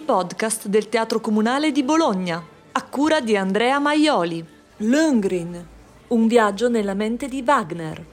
podcast del Teatro Comunale di Bologna, a cura di Andrea Maioli. Lohengrin, un viaggio nella mente di Wagner.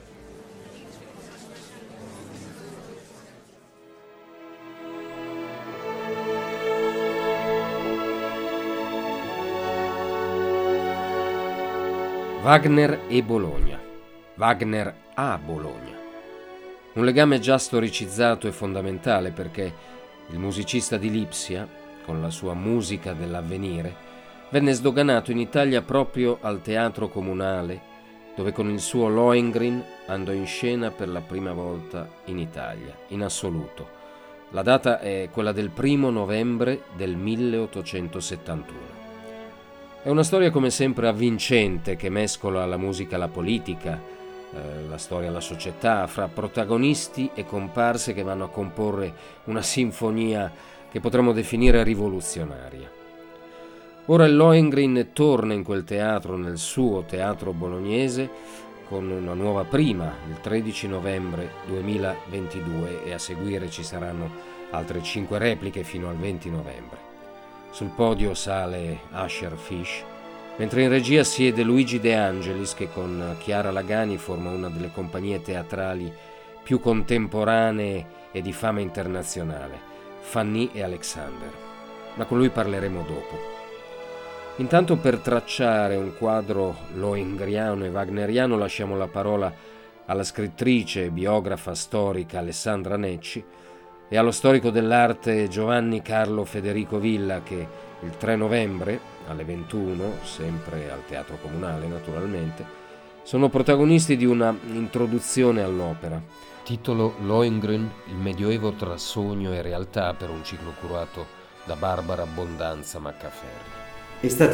Wagner e Bologna. Wagner a Bologna. Un legame già storicizzato e fondamentale perché il musicista di Lipsia, con la sua musica dell'avvenire, venne sdoganato in Italia proprio al Teatro Comunale, dove con il suo Lohengrin andò in scena per la prima volta in Italia, in assoluto. La data è quella del 1° novembre del 1871. È una storia come sempre avvincente che mescola la musica alla politica, la storia alla società, fra protagonisti e comparse che vanno a comporre una sinfonia che potremmo definire rivoluzionaria. Ora il Lohengrin torna in quel teatro, nel suo teatro bolognese, con una nuova prima, il 13 novembre 2022, e a seguire ci saranno altre 5 repliche fino al 20 novembre. Sul podio sale Asher Fish, mentre in regia siede Luigi De Angelis, che con Chiara Lagani forma una delle compagnie teatrali più contemporanee e di fama internazionale, Fanny e Alexander. Ma con lui parleremo dopo. Intanto, per tracciare un quadro lohengriano e wagneriano, lasciamo la parola alla scrittrice e biografa storica Alessandra Necci e allo storico dell'arte Giovanni Carlo Federico Villa, che il 3 novembre alle 21, sempre al Teatro Comunale naturalmente, sono protagonisti di una introduzione all'opera. Titolo Lohengrin, il Medioevo tra sogno e realtà, per un ciclo curato da Barbara Abbondanza Maccaferri. Estate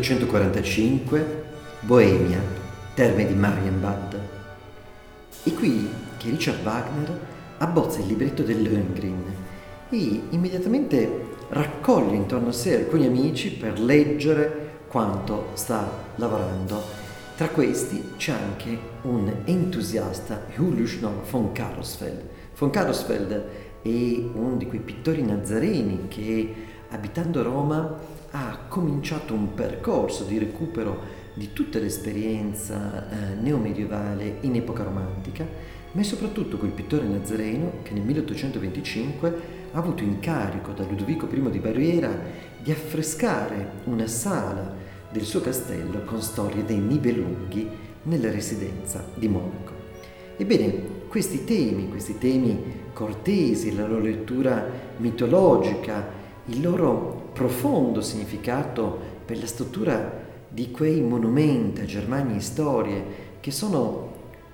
1845, Boemia, Terme di Marienbad. È qui che Richard Wagner abbozza il libretto del Lohengrin e immediatamente raccoglie intorno a sé alcuni amici per leggere quanto sta lavorando. Tra questi c'è anche un entusiasta, Julius von Carlsfeld. Von Carlsfeld è uno di quei pittori nazareni che, abitando Roma, ha cominciato un percorso di recupero di tutta l'esperienza neomedievale in epoca romantica, ma è soprattutto quel pittore nazareno che nel 1825 ha avuto incarico da Ludovico I di Baviera di affrescare una sala del suo castello con storie dei Nibelunghi nella residenza di Monaco. Ebbene, questi temi cortesi, la loro lettura mitologica, il loro profondo significato per la struttura di quei monumenti a Germania e storie che sono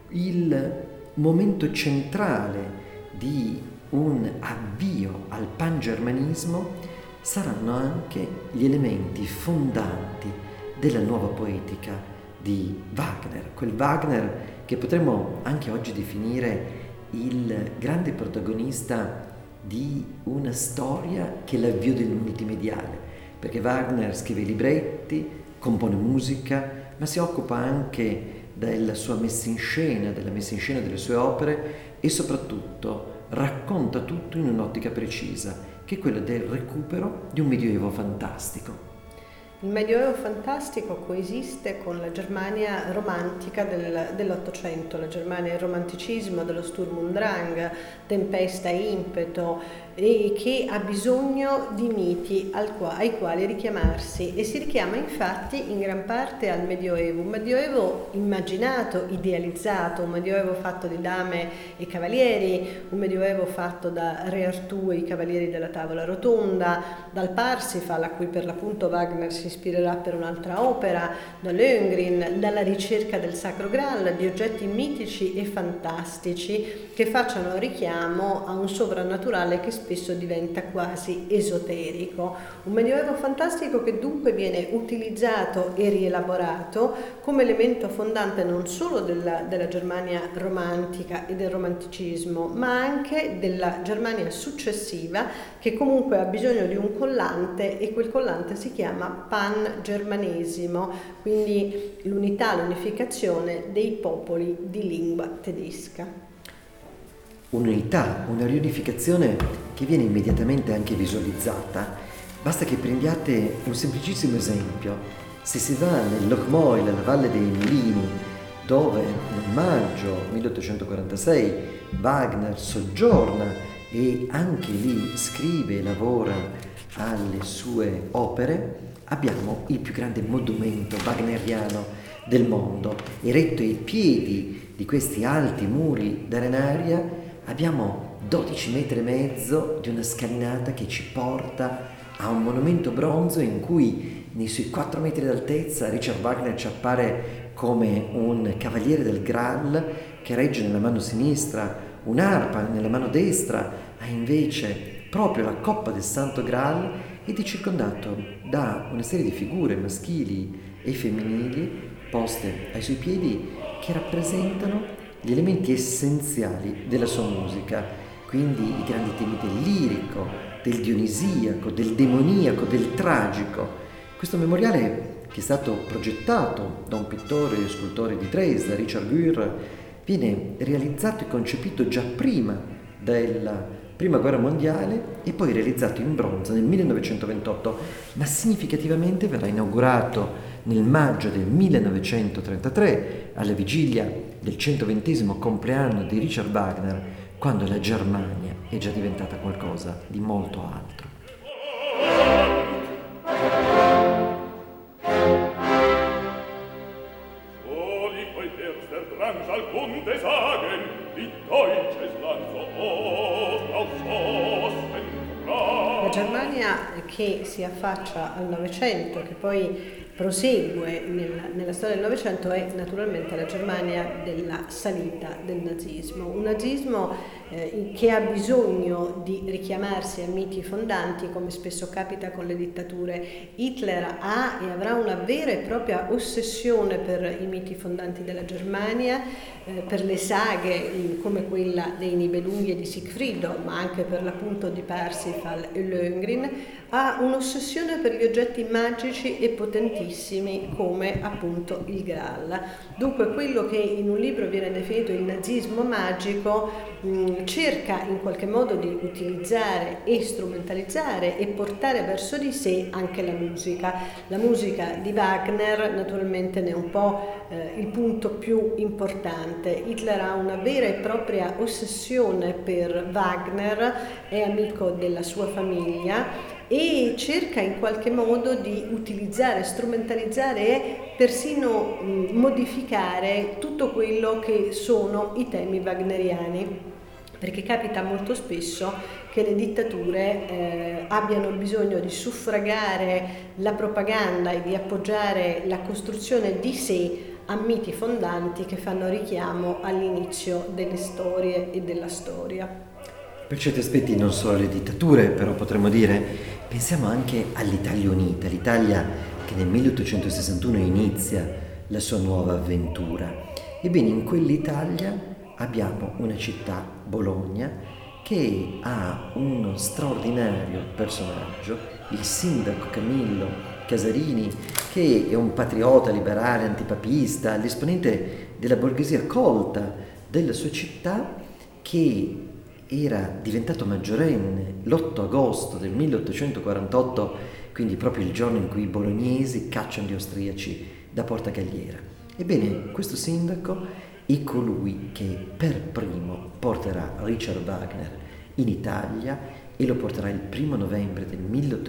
il momento centrale di un avvio al pangermanismo, saranno anche gli elementi fondanti della nuova poetica di Wagner, quel Wagner che potremmo anche oggi definire il grande protagonista di una storia che è l'avvio del multimediale, perché Wagner scrive libretti, compone musica, ma si occupa anche della sua messa in scena, delle sue opere, e soprattutto racconta tutto in un'ottica precisa, che è quella del recupero di un medioevo fantastico. Il Medioevo fantastico coesiste con la Germania romantica dell'Ottocento, la Germania del romanticismo, dello Sturm und Drang, tempesta e impeto, e che ha bisogno di miti ai quali richiamarsi, e si richiama infatti in gran parte al Medioevo, un Medioevo immaginato, idealizzato, un Medioevo fatto di dame e cavalieri, un Medioevo fatto da Re Artù e i cavalieri della tavola rotonda, dal Parsifal, a cui per l'appunto Wagner si ispirerà per un'altra opera, da Lohengrin, dalla ricerca del Sacro Graal, di oggetti mitici e fantastici che facciano richiamo a un sovrannaturale che spesso diventa quasi esoterico. Un Medioevo fantastico che dunque viene utilizzato e rielaborato come elemento fondante non solo della Germania romantica e del romanticismo, ma anche della Germania successiva, che comunque ha bisogno di un collante, e quel collante si chiama pan-germanesimo, quindi l'unità, l'unificazione dei popoli di lingua tedesca. Un'unità, una riunificazione che viene immediatamente anche visualizzata Basta che prendiate un semplicissimo esempio. Se si va nel Lochmoil, la Valle dei Mulini, dove nel maggio 1846 Wagner soggiorna e anche lì scrive e lavora alle sue opere, abbiamo il più grande monumento wagneriano del mondo. Eretto ai piedi di questi alti muri d'arenaria abbiamo 12 metri e mezzo di una scalinata che ci porta a un monumento bronzo in cui nei suoi 4 metri d'altezza Richard Wagner ci appare come un cavaliere del Graal che regge nella mano sinistra un'arpa, nella mano destra ha invece proprio la coppa del Santo Graal ed è circondato da una serie di figure maschili e femminili poste ai suoi piedi che rappresentano gli elementi essenziali della sua musica, quindi i grandi temi del lirico, del dionisiaco, del demoniaco, del tragico. Questo memoriale, che è stato progettato da un pittore e scultore di Dresda, Richard Gür, viene realizzato e concepito già prima della Prima Guerra Mondiale e poi realizzato in bronzo nel 1928, ma significativamente verrà inaugurato nel maggio del 1933, alla vigilia del 120° compleanno di Richard Wagner, quando la Germania è già diventata qualcosa di molto altro. La Germania che si affaccia al Novecento, che poi prosegue nella storia del Novecento, è naturalmente la Germania della salita del nazismo. Un nazismo che ha bisogno di richiamarsi a miti fondanti, come spesso capita con le dittature. Hitler ha e avrà una vera e propria ossessione per i miti fondanti della Germania, per le saghe come quella dei Nibelunghi e di Siegfriedo, ma anche per l'appunto di Parsifal e Lohengrin. Ha un'ossessione per gli oggetti magici e potentissimi come appunto il Graal. Dunque quello che in un libro viene definito il nazismo magico cerca in qualche modo di utilizzare e strumentalizzare e portare verso di sé anche la musica. La musica di Wagner naturalmente ne è un po' il punto più importante. Hitler ha una vera e propria ossessione per Wagner, è amico della sua famiglia e cerca in qualche modo di utilizzare, strumentalizzare e persino modificare tutto quello che sono i temi wagneriani, perché capita molto spesso che le dittature abbiano bisogno di suffragare la propaganda e di appoggiare la costruzione di sé a miti fondanti che fanno richiamo all'inizio delle storie e della storia. Per certi aspetti non solo le dittature, però potremmo dire, pensiamo anche all'Italia unita, l'Italia che nel 1861 inizia la sua nuova avventura. Ebbene, in quell'Italia abbiamo una città, Bologna, che ha uno straordinario personaggio, il sindaco Camillo Casarini, che è un patriota liberale, antipapista, l'esponente della borghesia colta della sua città, che era diventato maggiorenne l'8 agosto del 1848, quindi proprio il giorno in cui i bolognesi cacciano gli austriaci da Porta Galliera. Ebbene, questo sindaco è colui che per primo porterà Richard Wagner in Italia e lo porterà il 1 novembre del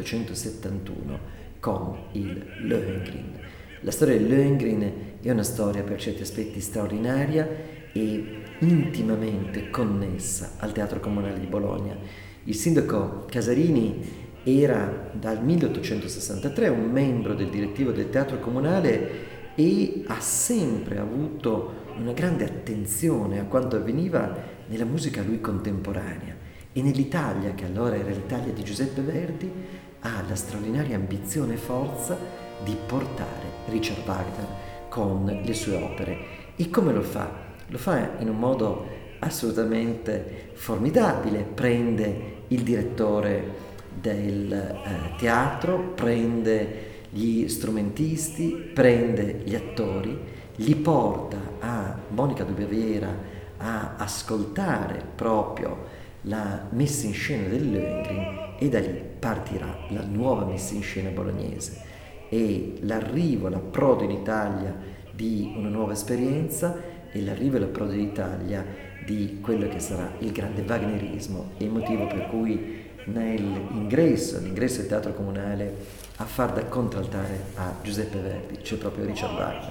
1871 con il Lohengrin. La storia del Lohengrin è una storia per certi aspetti straordinaria e intimamente connessa al Teatro Comunale di Bologna. Il sindaco Casarini era dal 1863 un membro del direttivo del Teatro Comunale e ha sempre avuto una grande attenzione a quanto avveniva nella musica a lui contemporanea e nell'Italia, che allora era l'Italia di Giuseppe Verdi, ha la straordinaria ambizione e forza di portare Richard Wagner con le sue opere. E come lo fa? Lo fa in un modo assolutamente formidabile, prende il direttore del teatro, prende gli strumentisti, prende gli attori, li porta a Monica Dubbiavera a ascoltare proprio la messa in scena del Lohengrin e da lì partirà la nuova messa in scena bolognese e l'approdo in Italia di una nuova esperienza e l'arrivo e l'approdo in Italia di quello che sarà il grande wagnerismo, e il motivo per cui all'ingresso del Teatro Comunale a far da contraltare a Giuseppe Verdi c'è proprio Richard Wagner.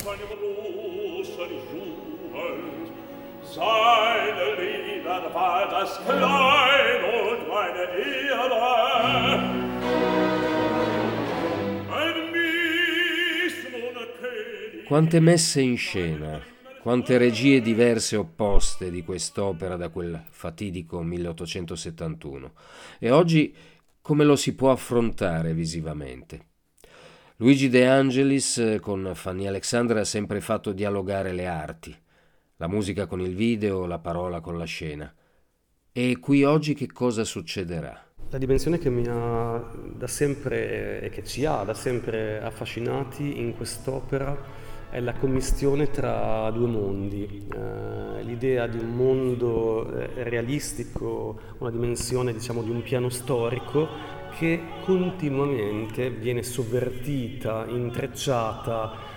Seine Liebe war das Klein und meine Ehre. Ein Mies nun König. Quante messe in scena, quante regie diverse e opposte di quest'opera da quel fatidico 1871. E oggi come lo si può affrontare visivamente? Luigi De Angelis con Fanny Alexandre ha sempre fatto dialogare le arti. La musica con il video, la parola con la scena. E qui oggi che cosa succederà? La dimensione che mi ha da sempre e che ci ha da sempre affascinati in quest'opera è la commistione tra due mondi. L'idea di un mondo realistico, una dimensione diciamo di un piano storico che continuamente viene sovvertita, intrecciata,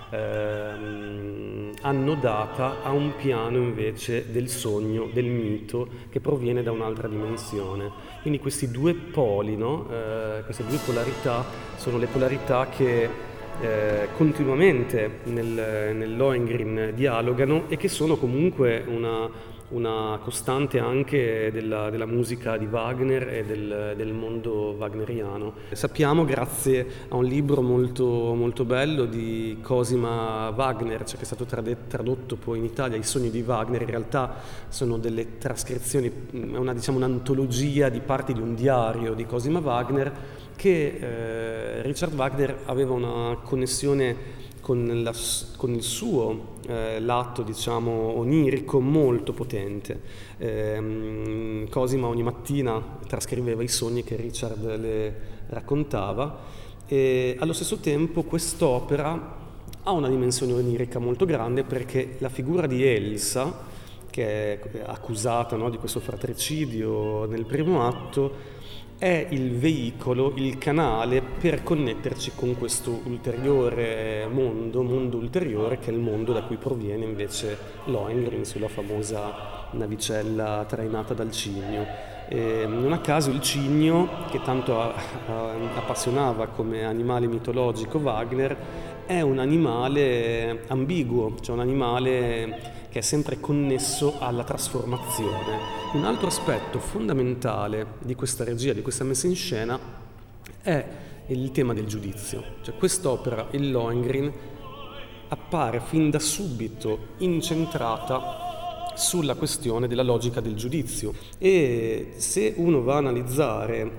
annodata a un piano invece del sogno, del mito che proviene da un'altra dimensione. Quindi questi due poli, queste due polarità sono le polarità che continuamente nel Lohengrin dialogano e che sono comunque una costante anche della musica di Wagner e del mondo wagneriano. Sappiamo, grazie a un libro molto, molto bello di Cosima Wagner, che è stato tradotto poi in Italia, I sogni di Wagner, in realtà sono delle trascrizioni, è un'antologia di parti di un diario di Cosima Wagner, che Richard Wagner aveva una connessione con il suo lato, diciamo, onirico molto potente. Cosima ogni mattina trascriveva i sogni che Richard le raccontava e allo stesso tempo quest'opera ha una dimensione onirica molto grande, perché la figura di Elsa, che è accusata, no, di questo fratricidio nel primo atto, è il veicolo, il canale per connetterci con questo ulteriore mondo ulteriore, che è il mondo da cui proviene invece Lohengrin sulla famosa navicella trainata dal cigno. Non a caso il cigno, che tanto appassionava come animale mitologico Wagner, è un animale ambiguo, cioè un animale che è sempre connesso alla trasformazione. Un altro aspetto fondamentale di questa regia, di questa messa in scena, è il tema del giudizio. Cioè quest'opera, il Lohengrin, appare fin da subito incentrata sulla questione della logica del giudizio, e se uno va a analizzare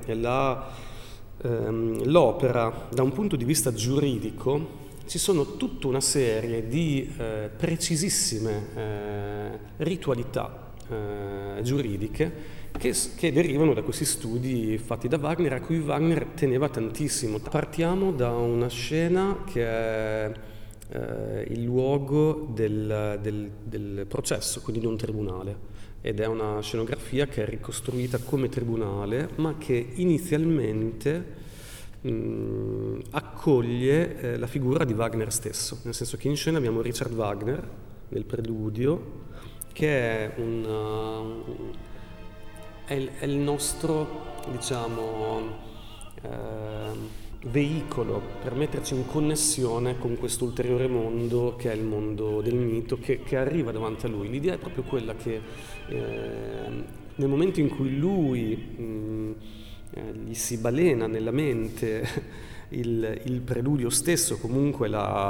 l'opera da un punto di vista giuridico, ci sono tutta una serie di precisissime ritualità giuridiche che derivano da questi studi fatti da Wagner, a cui Wagner teneva tantissimo. Partiamo da una scena che è il luogo del processo, quindi di un tribunale, ed è una scenografia che è ricostruita come tribunale, ma che inizialmente accoglie la figura di Wagner stesso, nel senso che in scena abbiamo Richard Wagner nel preludio, che è il nostro, diciamo, veicolo per metterci in connessione con questo ulteriore mondo che è il mondo del mito, che arriva davanti a lui. L'idea è proprio quella che nel momento in cui lui gli si balena nella mente il preludio stesso, comunque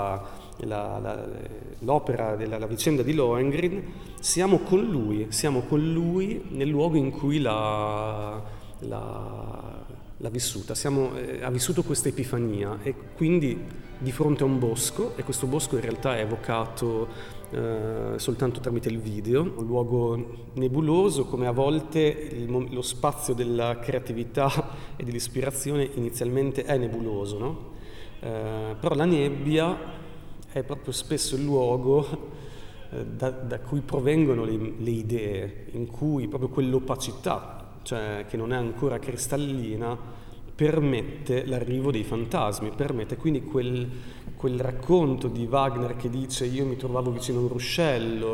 l'opera la vicenda di Lohengrin, siamo con lui nel luogo in cui l'ha vissuta, ha vissuto questa epifania, e quindi di fronte a un bosco, e questo bosco in realtà è evocato soltanto tramite il video, un luogo nebuloso, come a volte lo spazio della creatività e dell'ispirazione inizialmente è nebuloso, no? Però la nebbia è proprio spesso il luogo da cui provengono le idee, in cui proprio quell'opacità, cioè che non è ancora cristallina, permette l'arrivo dei fantasmi, permette quindi quel racconto di Wagner che dice: io mi trovavo vicino a un ruscello,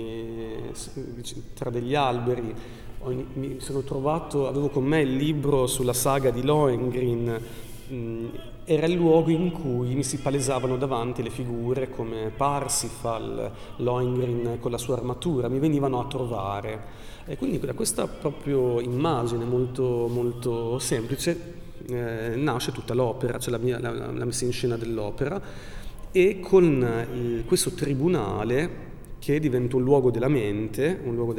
tra degli alberi, mi sono trovato, avevo con me il libro sulla saga di Lohengrin. Era il luogo in cui mi si palesavano davanti le figure come Parsifal, Lohengrin con la sua armatura, mi venivano a trovare. E quindi da questa proprio immagine molto, molto semplice nasce tutta l'opera, cioè la messa in scena dell'opera, e con questo tribunale che diventa un luogo della mente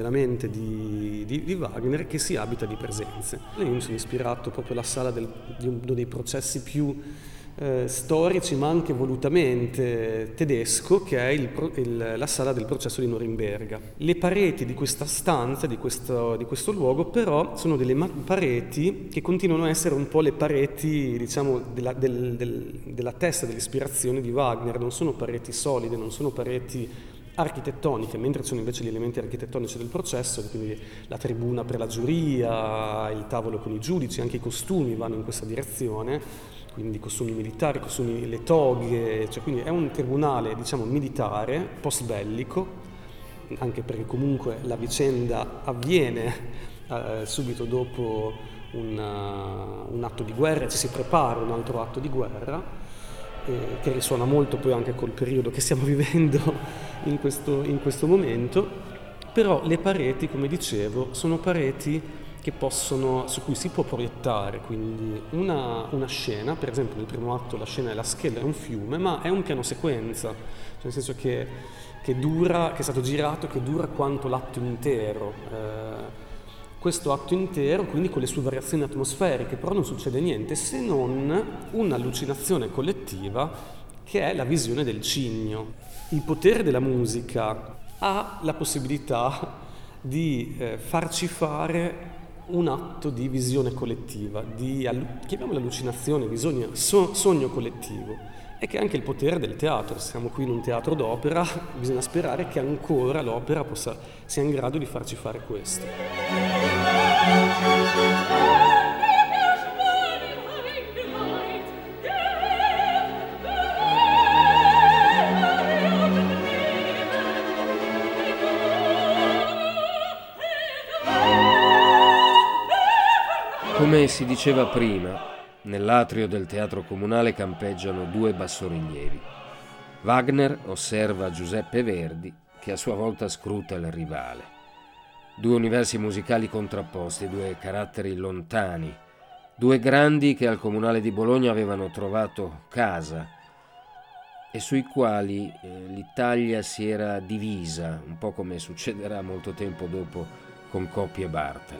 di Wagner, che si abita di presenze. Io mi sono ispirato proprio alla sala di uno dei processi più storici, ma anche volutamente tedesco, che è la sala del processo di Norimberga. Le pareti di questa stanza, di questo luogo, però sono delle pareti che continuano a essere un po' le pareti, diciamo, della testa, dell'ispirazione di Wagner. Non sono pareti solide, non sono pareti architettoniche, mentre sono invece gli elementi architettonici del processo, quindi la tribuna per la giuria, il tavolo con i giudici, anche i costumi vanno in questa direzione, quindi costumi militari, le toghe, cioè quindi è un tribunale, diciamo, militare, post bellico, anche perché comunque la vicenda avviene subito dopo un atto di guerra, ci si prepara un altro atto di guerra, che risuona molto poi anche col periodo che stiamo vivendo in questo momento. Però le pareti, come dicevo, sono pareti su cui si può proiettare quindi una scena. Per esempio nel primo atto la scena è la scheda, è un fiume, ma è un piano sequenza, cioè nel senso che è stato girato, che dura quanto l'atto intero. Questo atto intero, quindi con le sue variazioni atmosferiche, però non succede niente se non un'allucinazione collettiva che è la visione del cigno. Il potere della musica ha la possibilità di farci fare un atto di visione collettiva, chiamiamola allucinazione, sogno collettivo, e che è anche il potere del teatro. Siamo qui in un teatro d'opera, bisogna sperare che ancora l'opera sia in grado di farci fare questo. Come si diceva prima, nell'atrio del teatro comunale campeggiano due bassorilievi. Wagner osserva Giuseppe Verdi, che a sua volta scruta il rivale. Due universi musicali contrapposti, due caratteri lontani, due grandi che al Comunale di Bologna avevano trovato casa e sui quali l'Italia si era divisa, un po' come succederà molto tempo dopo con Coppi e Bartali.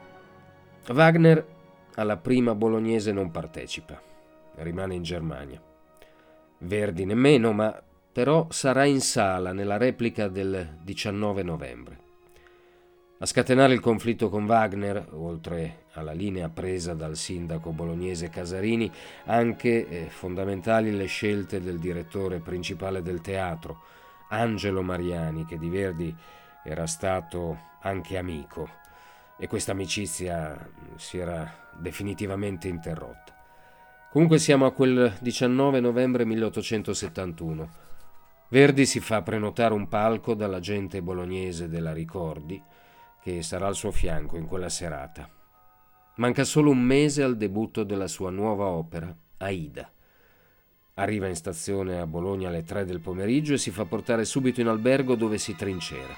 Wagner alla prima bolognese non partecipa, rimane in Germania. Verdi nemmeno, ma però sarà in sala nella replica del 19 novembre. A scatenare il conflitto con Wagner, oltre alla linea presa dal sindaco bolognese Casarini, anche fondamentali le scelte del direttore principale del teatro, Angelo Mariani, che di Verdi era stato anche amico, e questa amicizia si era definitivamente interrotta. Comunque siamo a quel 19 novembre 1871. Verdi si fa prenotare un palco dalla gente bolognese della Ricordi, che sarà al suo fianco in quella serata. Manca solo un mese al debutto della sua nuova opera, Aida. Arriva in stazione a Bologna alle 3 del pomeriggio e si fa portare subito in albergo, dove si trincera.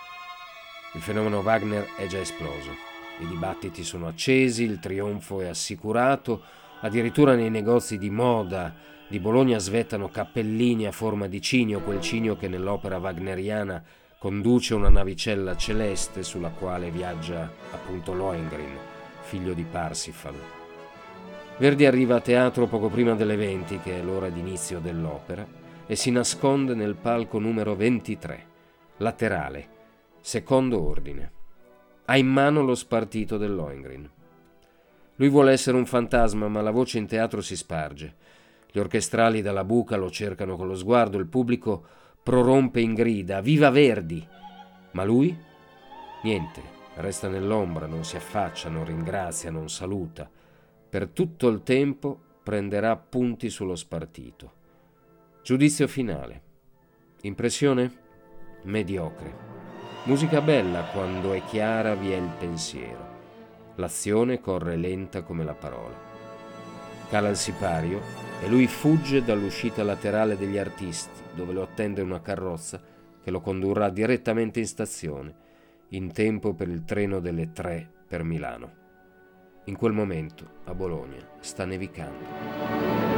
Il fenomeno Wagner è già esploso. I dibattiti sono accesi, il trionfo è assicurato, addirittura nei negozi di moda di Bologna svettano cappellini a forma di cigno, quel cigno che nell'opera wagneriana conduce una navicella celeste sulla quale viaggia appunto Lohengrin, figlio di Parsifal. Verdi arriva a teatro poco prima delle 20, che è l'ora d'inizio dell'opera, e si nasconde nel palco numero 23, laterale, secondo ordine. Ha in mano lo spartito del Lohengrin. Lui vuole essere un fantasma, ma la voce in teatro si sparge. Gli orchestrali dalla buca lo cercano con lo sguardo, il pubblico prorompe in grida: «Viva Verdi!» Ma lui? Niente, resta nell'ombra, non si affaccia, non ringrazia, non saluta. Per tutto il tempo prenderà punti sullo spartito. Giudizio finale. Impressione? Mediocre. Musica bella, quando è chiara vi è il pensiero. L'azione corre lenta come la parola. Cala il sipario e lui fugge dall'uscita laterale degli artisti, dove lo attende una carrozza che lo condurrà direttamente in stazione, in tempo per il treno delle 3 per Milano. In quel momento, a Bologna, sta nevicando.